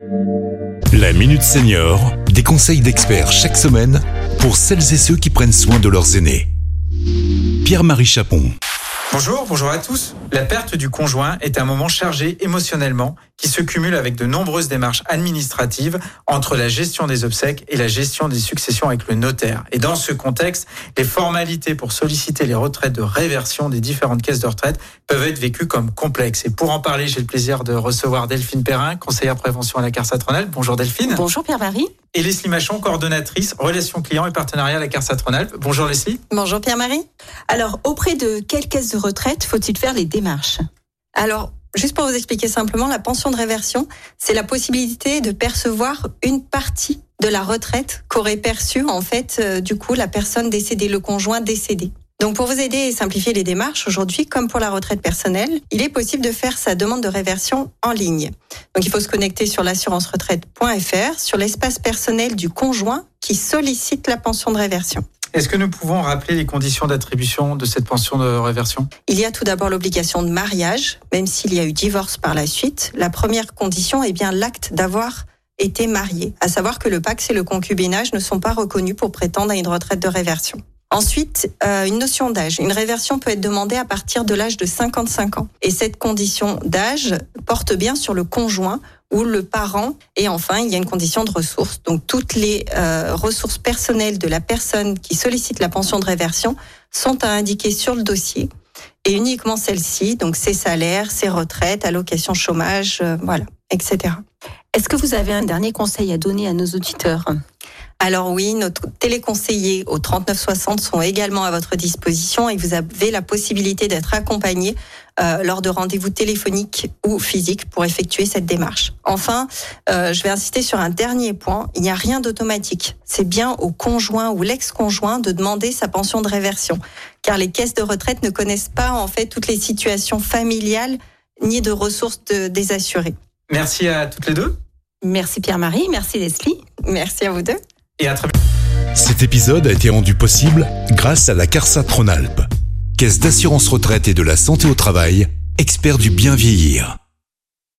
La Minute Senior, des conseils d'experts chaque semaine pour celles et ceux qui prennent soin de leurs aînés. Pierre-Marie Chapon. Bonjour à tous. La perte du conjoint est un moment chargé émotionnellement qui se cumule avec de nombreuses démarches administratives entre la gestion des obsèques et la gestion des successions avec le notaire. Et dans ce contexte, les formalités pour solliciter les retraites de réversion des différentes caisses de retraite peuvent être vécues comme complexes. Et pour en parler, j'ai le plaisir de recevoir Delphine Perrin, conseillère prévention à la CARSAT Rhône-Alpes. Bonjour Delphine. Bonjour Pierre-Marie. Et Leslie Machon, coordonnatrice relations clients et partenariat à la CARSAT Rhône-Alpes. Bonjour Leslie. Bonjour Pierre-Marie. Alors, auprès de quelle caisse de retraite faut-il faire les démarches ? Alors, juste pour vous expliquer simplement, la pension de réversion, c'est la possibilité de percevoir une partie de la retraite qu'aurait perçue du coup la personne décédée, le conjoint décédé. Donc pour vous aider et simplifier les démarches, aujourd'hui, comme pour la retraite personnelle, il est possible de faire sa demande de réversion en ligne. Donc il faut se connecter sur l'assurance-retraite.fr, sur l'espace personnel du conjoint qui sollicite la pension de réversion. Est-ce que nous pouvons rappeler les conditions d'attribution de cette pension de réversion ? Il y a tout d'abord l'obligation de mariage, même s'il y a eu divorce par la suite. La première condition est bien l'acte d'avoir été marié, à savoir que le PACS et le concubinage ne sont pas reconnus pour prétendre à une retraite de réversion. Ensuite, une notion d'âge. Une réversion peut être demandée à partir de l'âge de 55 ans. Et cette condition d'âge porte bien sur le conjoint ou le parent. Et enfin, il y a une condition de ressources. Donc, toutes les ressources personnelles de la personne qui sollicite la pension de réversion sont à indiquer sur le dossier. Et uniquement celle-ci, donc ses salaires, ses retraites, allocations chômage, etc. Est-ce que vous avez un dernier conseil à donner à nos auditeurs ? Alors oui, nos téléconseillers au 3960 sont également à votre disposition et vous avez la possibilité d'être accompagné lors de rendez-vous téléphoniques ou physiques pour effectuer cette démarche. Enfin, je vais insister sur un dernier point, il n'y a rien d'automatique. C'est bien au conjoint ou l'ex-conjoint de demander sa pension de réversion, car les caisses de retraite ne connaissent pas toutes les situations familiales ni de ressources des assurés. Merci à toutes les deux. Merci Pierre-Marie, merci Leslie. Merci à vous deux. Et à très bientôt. Cet épisode a été rendu possible grâce à la CARSAT Rhône-Alpes, caisse d'assurance retraite et de la santé au travail, expert du bien vieillir.